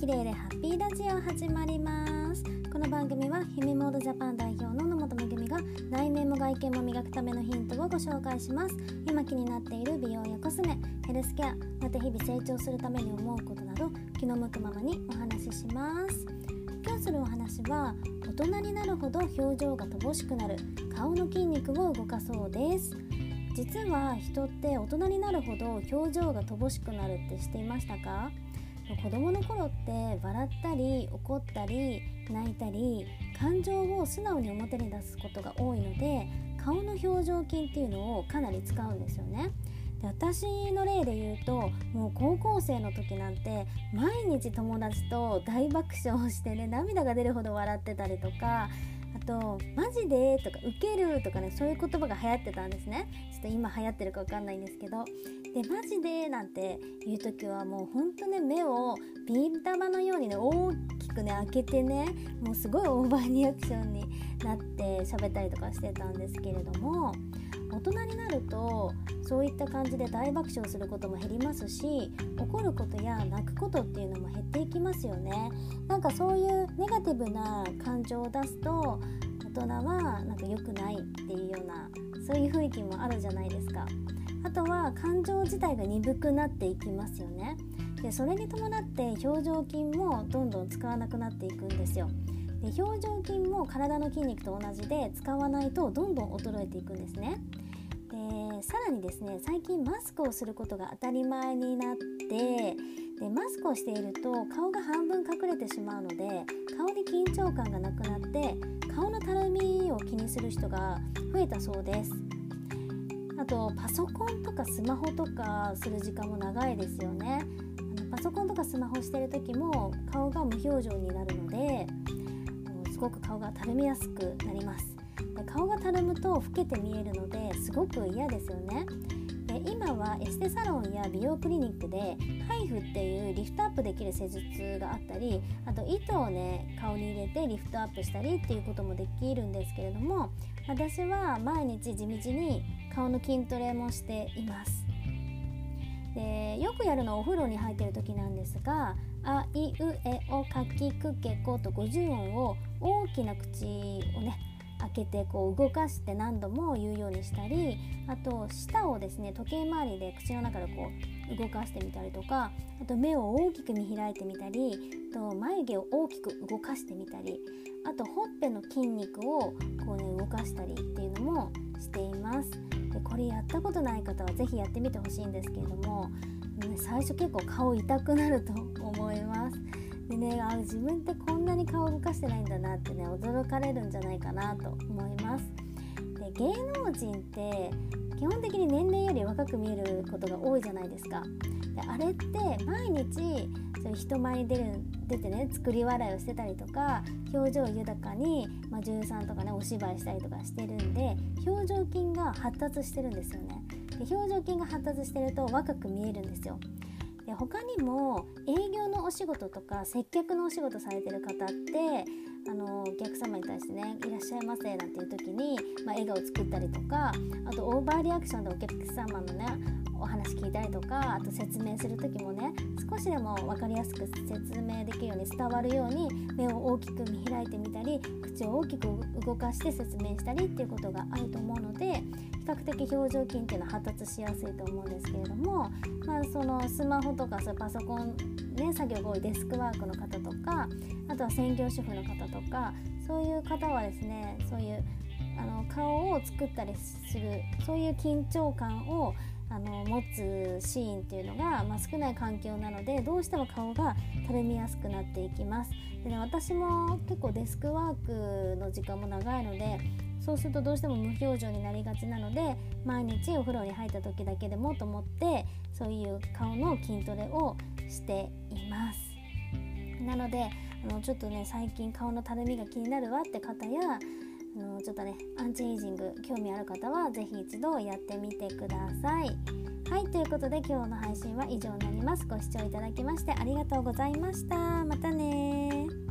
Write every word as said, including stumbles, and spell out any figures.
綺麗でハッピーラジオ始まります。この番組はひめモードジャパン代表の野本めぐみが内面も外見も磨くためのヒントをご紹介します。今気になっている美容やコスメ、ヘルスケア、また日々成長するために思うことなど気の向くままにお話しします。今日するお話は大人になるほど表情が乏しくなる顔の筋肉を動かそうです。実は人って大人になるほど表情が乏しくなるって知っていましたか？子供の頃って笑ったり怒ったり泣いたり感情を素直に表に出すことが多いので、顔の表情筋っていうのをかなり使うんですよね。で、私の例で言うと、もう高校生の時なんて毎日友達と大爆笑をしてね、涙が出るほど笑ってたりとか、あとマジでとかウケるとかね、そういう言葉が流行ってたんですね。ちょっと今流行ってるか分かんないんですけど、でマジでなんていう時はもうほんとね、目をビー玉のようにね大きくね開けてね、もうすごいオーバーリアクションになって喋ったりとかしてたんですけれども、大人になるとそういった感じで大爆笑することも減りますし、怒ることや泣くことっていうのも減っていきますよね。なんかそういうネガティブな感情を出すと大人はなんか良くないっていうような、そういう雰囲気もあるじゃないですか。あとは感情自体が鈍くなっていきますよね。でそれに伴って表情筋もどんどん使わなくなっていくんですよ。で表情筋も体の筋肉と同じで使わないとどんどん衰えていくんですね。でさらにですね、最近マスクをすることが当たり前になって、でマスクをしていると顔が半分隠れてしまうので、顔に緊張感がなくなって顔のたるみを気にする人が増えたそうです。あとパソコンとかスマホとかする時間も長いですよね。あのパソコンとかスマホしてる時も顔が無表情になるので、すごく顔がたるみやすくなります。で顔がたるむと老けて見えるのですごく嫌ですよね。で今はエステサロンや美容クリニックでハイフっていうリフトアップできる施術があったり、あと糸をね顔に入れてリフトアップしたりっていうこともできるんですけれども、私は毎日地道に顔の筋トレもしています。でよくやるのはお風呂に入っている時なんですが、あいうえおかきくけことごじゅう音を大きな口をね開けてこう動かして何度も言うようにしたり、あと舌をですね時計回りで口の中でこう動かしてみたりとか、あと目を大きく見開いてみたり、あと眉毛を大きく動かしてみたり、あとほっぺの筋肉をこうね動かしたりっていうのもしています。でこれやったことない方はぜひやってみてほしいんですけれども、ね、最初結構顔痛くなると思います。でね、あ自分ってこんなに顔動かしてないんだなってね驚かれるんじゃないかなと思います。で芸能人って基本的に年齢より若く見えることが多いじゃないですか。であれって毎日そういう人前に出る出てね作り笑いをしてたりとか、表情豊かに、まあ、女優さんとかねお芝居したりとかしてるんで、表情筋が発達してるんですよね。で表情筋が発達してると若く見えるんですよ。で他にも営業のお仕事とか接客のお仕事されてる方ってあのお客様に対してねいらっしゃいませなんていう時に、まあ、笑顔作ったりとか、あとオーバーリアクションでお客様のねお話聞いたりとか、あと説明する時もね少しでも分かりやすく説明できるように伝わるように目を大きく見開いてみたり、口を大きく動かして説明したりっていうことがあると思うので、比較的表情筋っていうのは発達しやすいと思うんですけれども、まあ、そのスマホとかそパソコン、ね、作業が多いデスクワークの方とか、あとは専業主婦の方とか、そういう方はですね、そういうあの顔を作ったりする、そういう緊張感をあの持つシーンっていうのが、まあ、少ない環境なので、どうしても顔がたるみやすくなっていきます。で、ね、私も結構デスクワークの時間も長いので、そうするとどうしても無表情になりがちなので、毎日お風呂に入った時だけでもと思ってそういう顔の筋トレをしています。なのであのちょっとね最近顔のたるみが気になるわって方や、あのちょっとねアンチエイジング興味ある方はぜひ一度やってみてください。はい、ということで今日の配信は以上になります。ご視聴いただきましてありがとうございました。またね。